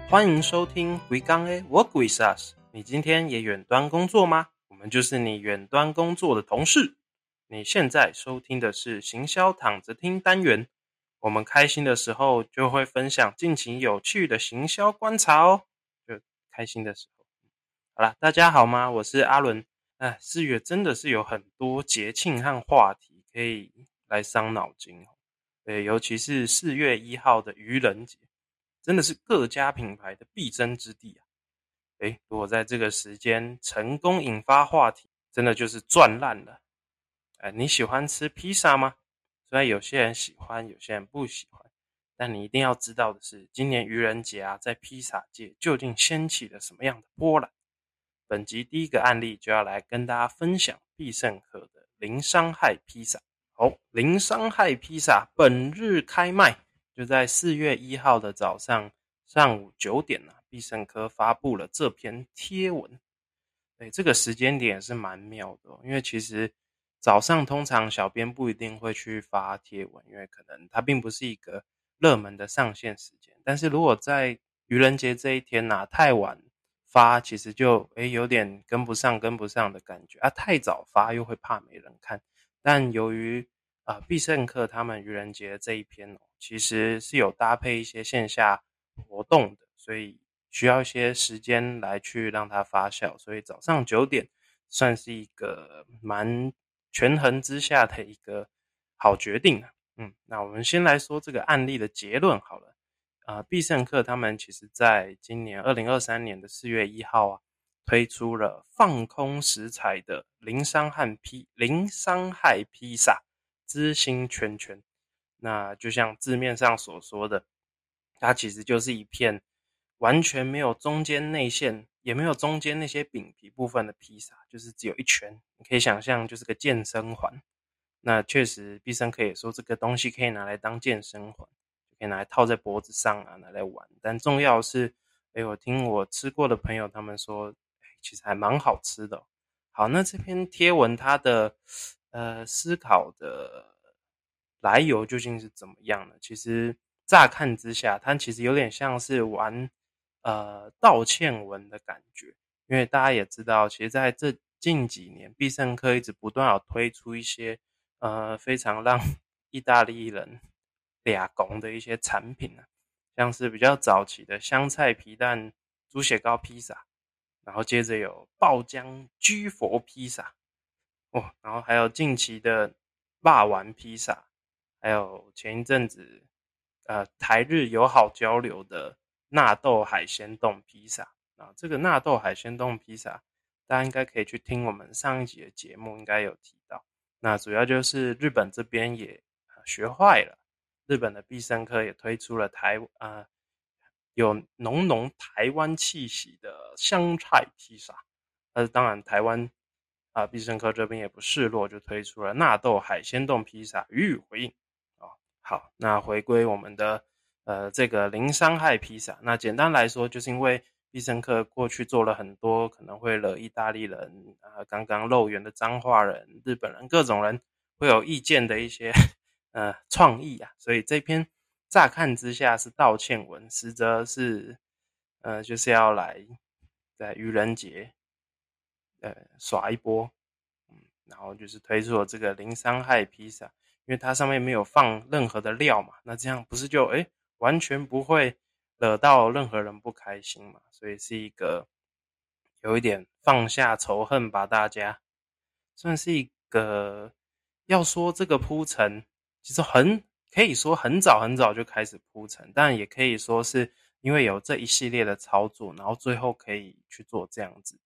欢迎收听鬼刚 A Work with Us。你今天也远端工作吗？我们就是你远端工作的同事。你现在收听的是行销躺着听单元。我们开心的时候就会分享近期有趣的行销观察哦。就开心的时候。好啦，大家好吗？我是阿伦。4月真的是有很多节庆和话题可以来伤脑筋哦。对，尤其是4月1号的愚人节。真的是各家品牌的必争之地啊！如果在这个时间成功引发话题，真的就是赚烂了。你喜欢吃披萨吗？虽然有些人喜欢，有些人不喜欢，但你一定要知道的是，今年愚人节在披萨界究竟掀起了什么样的波澜？本集第一个案例就要来跟大家分享必胜客的零伤害披萨。零伤害披萨本日开卖。就在4月1号的上午9点必胜客发布了这篇贴文。这个时间点是蛮妙的因为其实早上通常小编不一定会去发贴文，因为可能它并不是一个热门的上线时间。但是如果在愚人节这一天太晚发，其实就有点跟不上的感觉太早发又会怕没人看。但由于必胜客他们愚人节这一篇其实是有搭配一些线下活动的，所以需要一些时间来去让它发酵，所以早上9点算是一个蛮权衡之下的一个好决定那我们先来说这个案例的结论好了。必胜客他们其实在今年2023年的4月1号推出了放空食材的零伤害披萨知心圈圈。那就像字面上所说的，它其实就是一片完全没有中间内馅，也没有中间那些饼皮部分的披萨，就是只有一圈，你可以想象就是个健身环。那确实必胜客也说这个东西可以拿来当健身环，可以拿来套在脖子上拿来玩。但重要的是我听我吃过的朋友他们说其实还蛮好吃的好，那这篇贴文它的思考的来由究竟是怎么样呢？其实乍看之下它其实有点像是玩道歉文的感觉。因为大家也知道其实在这近几年必胜客一直不断有推出一些非常让意大利人俩拱的一些产品像是比较早期的香菜皮蛋猪血糕披萨，然后接着有爆浆居佛披萨然后还有近期的霸丸披萨，还有前一阵子台日友好交流的纳豆海鲜冻披萨这个纳豆海鲜冻披萨大家应该可以去听我们上一集的节目，应该有提到。那主要就是日本这边也学坏了，日本的必胜客也推出了有浓浓台湾气息的香菜披萨。当然台湾必胜客这边也不示弱，就推出了纳豆海鲜冻披萨予以回应好，那回归我们的这个零伤害披萨。那简单来说就是因为必胜客过去做了很多可能会惹意大利人刚刚漏园的彰化人、日本人各种人会有意见的一些创意所以这篇乍看之下是道歉文，实则是就是要来在愚人节耍一波然后就是推出了这个零伤害披萨。因为它上面没有放任何的料嘛，那这样不是就完全不会惹到任何人不开心嘛，所以是一个有一点放下仇恨吧，大家算是一个要说这个铺陈其实可以说很早很早就开始铺陈，但也可以说是因为有这一系列的操作，然后最后可以去做这样子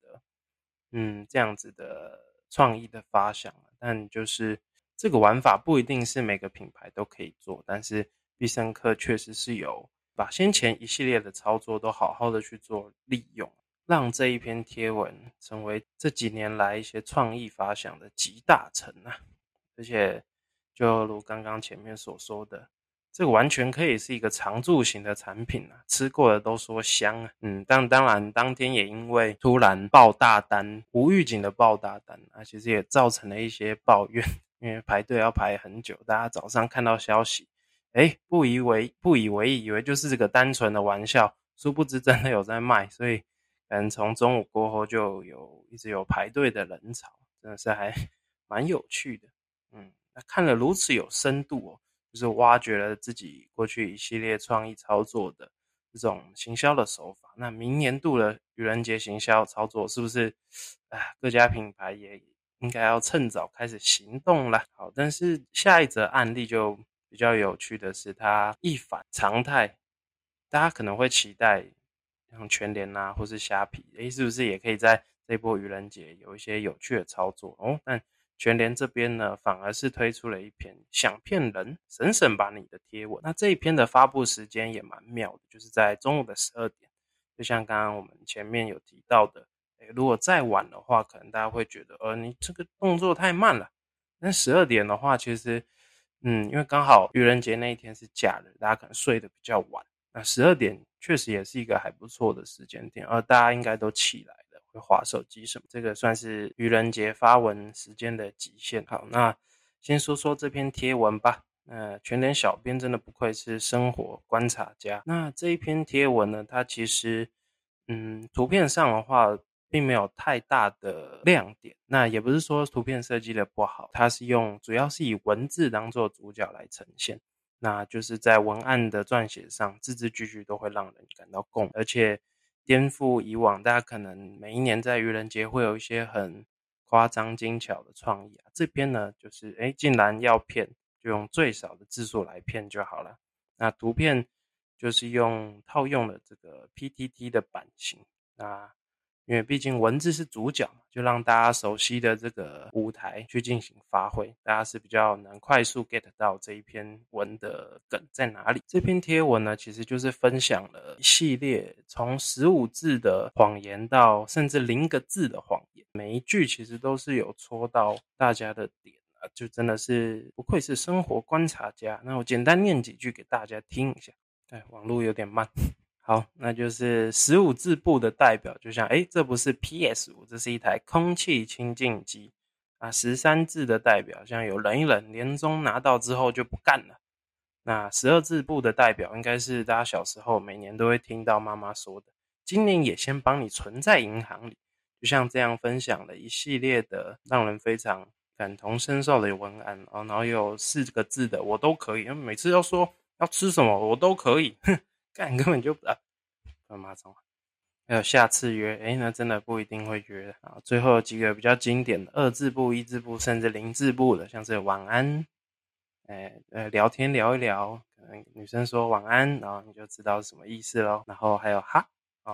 的创意的发想。但就是这个玩法不一定是每个品牌都可以做，但是必胜客确实是有把先前一系列的操作都好好的去做利用，让这一篇贴文成为这几年来一些创意发想的集大成而且就如刚刚前面所说的，这个完全可以是一个常驻型的产品吃过的都说香但当然当天也因为突然爆大单，无预警的爆大单其实也造成了一些抱怨，因为排队要排很久，大家早上看到消息不以为意，以为就是这个单纯的玩笑， 殊不知真的有在卖，所以可能从中午过后就一直有排队的人潮，真的是还蛮有趣的。那看了如此有深度就是挖掘了自己过去一系列创意操作的这种行销的手法。那明年度的愚人节行销操作是不是各家品牌也应该要趁早开始行动了？好，但是下一则案例就比较有趣的是，它一反常态，大家可能会期待像全联或是虾皮，是不是也可以在这波愚人节有一些有趣的操作但全联这边呢，反而是推出了一篇想骗人省省吧你的贴文。那这一篇的发布时间也蛮妙的，就是在中午的12点，就像刚刚我们前面有提到的，如果再晚的话，可能大家会觉得你这个动作太慢了。那12点的话，其实因为刚好愚人节那一天是假日，大家可能睡得比较晚，那12点确实也是一个还不错的时间点，而大家应该都起来了，会滑手机什么，这个算是愚人节发文时间的极限。好，那先说说这篇贴文吧。全联小编真的不愧是生活观察家。那这一篇贴文呢，它其实图片上的话并没有太大的亮点，那也不是说图片设计的不好，它是主要是以文字当做主角来呈现。那就是在文案的撰写上，字字句句都会让人感到共鸣，而且颠覆以往大家可能每一年在愚人节会有一些很夸张精巧的创意这边呢就是既然要骗，就用最少的字数来骗就好了。那图片就是套用了这个 PTT 的版型，那因为毕竟文字是主角嘛，就让大家熟悉的这个舞台去进行发挥，大家是比较能快速 get 到这一篇文的梗在哪里。这篇贴文呢，其实就是分享了一系列从15字的谎言到甚至0个字的谎言，每一句其实都是有戳到大家的点就真的是不愧是生活观察家。那我简单念几句给大家听一下，网络有点慢。好，那就是15字部的代表，就像这不是 PS5， 这是一台空气清净机13字的代表，像有忍一忍，年终拿到之后就不干了。那12字部的代表，应该是大家小时候每年都会听到妈妈说的，今年也先帮你存在银行里。就像这样分享了一系列的让人非常感同身受的文案然后有4个字的我都可以，每次要说要吃什么我都可以，干根本就马上还有下次约那真的不一定会约最后有几个比较经典的2字部、1字部甚至0字部的，像是晚安聊天聊一聊，可能女生说晚安，然后你就知道是什么意思咯。然后还有哈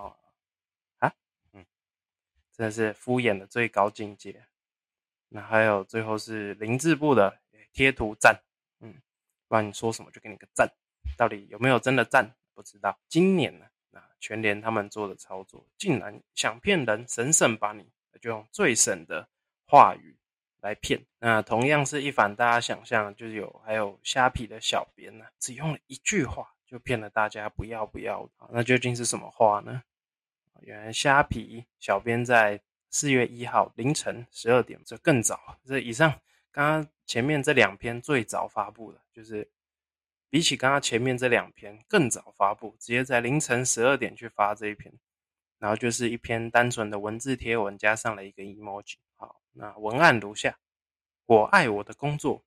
真的是敷衍的最高境界。那还有最后是0字部的贴图赞，不然你说什么就给你个赞，到底有没有真的赞不知道。今年呢全联他们做的操作，竟然想骗人省省吧你，就用最省的话语来骗。那同样是一反大家想象，就是还有虾皮的小编只用了一句话就骗了大家不要不要。那究竟是什么话呢？原来虾皮小编在4月1号凌晨12点，这更早，这以上刚刚前面这2篇最早发布的，就是比起刚刚前面这2篇更早发布，直接在凌晨12点去发这一篇，然后就是一篇单纯的文字贴文加上了一个 emoji。 好，那文案如下：我爱我的工作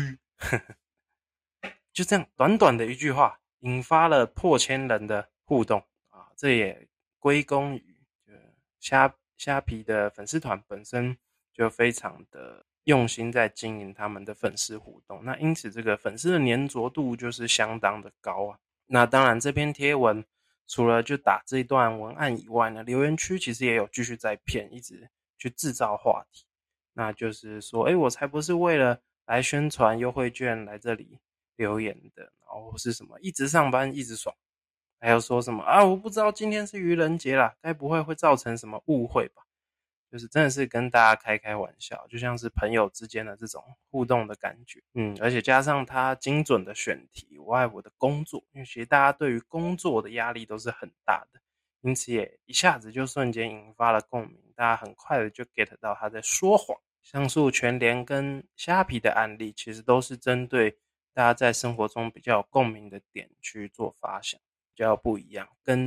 就这样短短的一句话引发了破千人的互动这也归功于虾皮的粉丝团本身就非常的用心在经营他们的粉丝互动，那因此这个粉丝的粘着度就是相当的高那当然这篇贴文除了就打这一段文案以外呢，留言区其实也有继续在骗，一直去制造话题。那就是说我才不是为了来宣传优惠券来这里留言的，然后是什么一直上班一直爽，还有说什么我不知道今天是愚人节啦，该不会造成什么误会吧，就是真的是跟大家开玩笑，就像是朋友之间的这种互动的感觉而且加上他精准的选题，我爱我的工作，因为其实大家对于工作的压力都是很大的，因此也一下子就瞬间引发了共鸣，大家很快的就 get 到他在说谎。上述全联跟虾皮的案例其实都是针对大家在生活中比较有共鸣的点去做发想，比较不一样，跟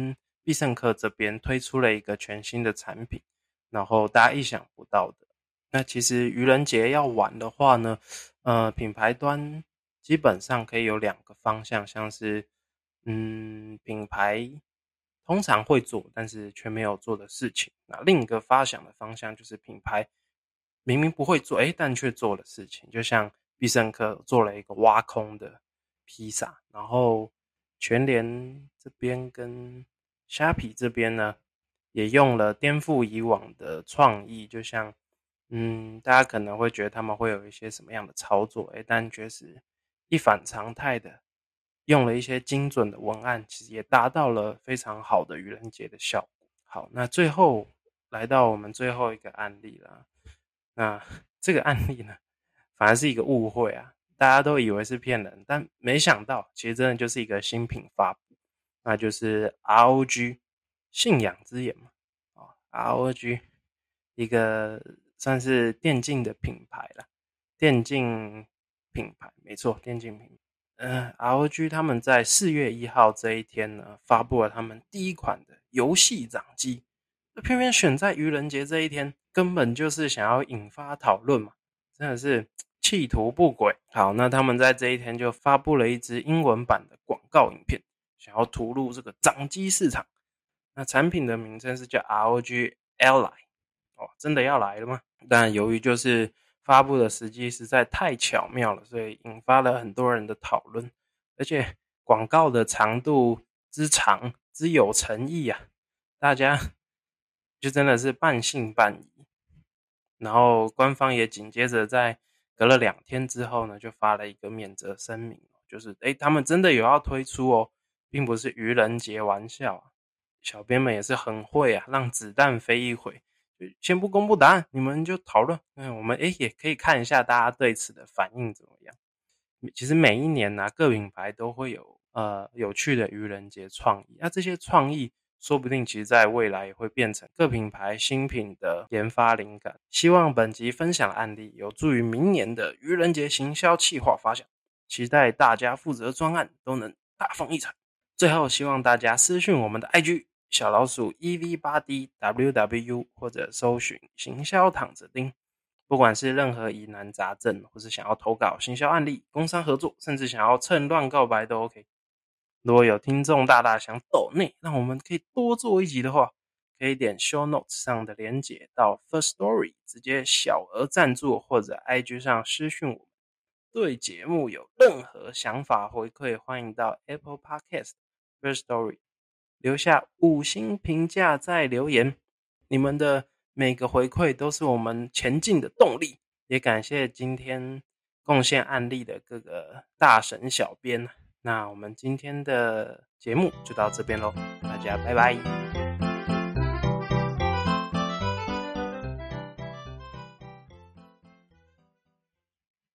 必胜客这边推出了一个全新的产品，然后大家意想不到的。那其实愚人节要玩的话呢，品牌端基本上可以有2个方向，像是品牌通常会做但是却没有做的事情。那另一个发想的方向就是品牌明明不会做但却做的事情，就像必胜客做了一个挖空的披萨，然后全联这边跟虾皮这边呢也用了颠覆以往的创意，就像大家可能会觉得他们会有一些什么样的操作但确实一反常态的用了一些精准的文案，其实也达到了非常好的愚人节的效果。好，那最后来到我们最后一个案例了。那这个案例呢反而是一个误会啊，大家都以为是骗人，但没想到其实真的就是一个新品发布，那就是 ROG 信仰之眼嘛。ROG 一个算是电竞的品牌啦，电竞品牌没错，电竞品牌。ROG 他们在4月1号这一天呢发布了他们第一款的游戏掌机，偏偏选在愚人节这一天，根本就是想要引发讨论嘛，真的是企图不轨。好，那他们在这一天就发布了一支英文版的广告影片，想要突入这个掌机市场。那产品的名称是叫 ROG Ally。真的要来了吗？但由于就是发布的时机实在太巧妙了，所以引发了很多人的讨论，而且广告的长度之长之有诚意啊，大家就真的是半信半疑。然后官方也紧接着在隔了2天之后呢，就发了一个免责声明，就是他们真的有要推出并不是愚人节玩笑啊。小编们也是很会啊，让子弹飞一回，先不公布答案，你们就讨论。我们也可以看一下大家对此的反应怎么样。其实每一年各品牌都会有有趣的愚人节创意，那这些创意说不定其实在未来也会变成各品牌新品的研发灵感。希望本集分享的案例有助于明年的愚人节行销企划发想，期待大家负责专案都能大放异彩。最后希望大家私讯我们的 IG小老鼠 EV8DWW 或者搜寻行销躺着盯，不管是任何疑难杂症，或是想要投稿行销案例、工商合作，甚至想要趁乱告白都 OK。如果有听众大大想抖内让我们可以多做一集的话，可以点 show notes 上的连结到 First Story 直接小额赞助，或者 IG 上私讯我们。对节目有任何想法回馈，欢迎到 Apple Podcast First Story 留下5星评价再留言，你们的每个回馈都是我们前进的动力。也感谢今天贡献案例的各个大神小编。那我们今天的节目就到这边咯，大家拜拜。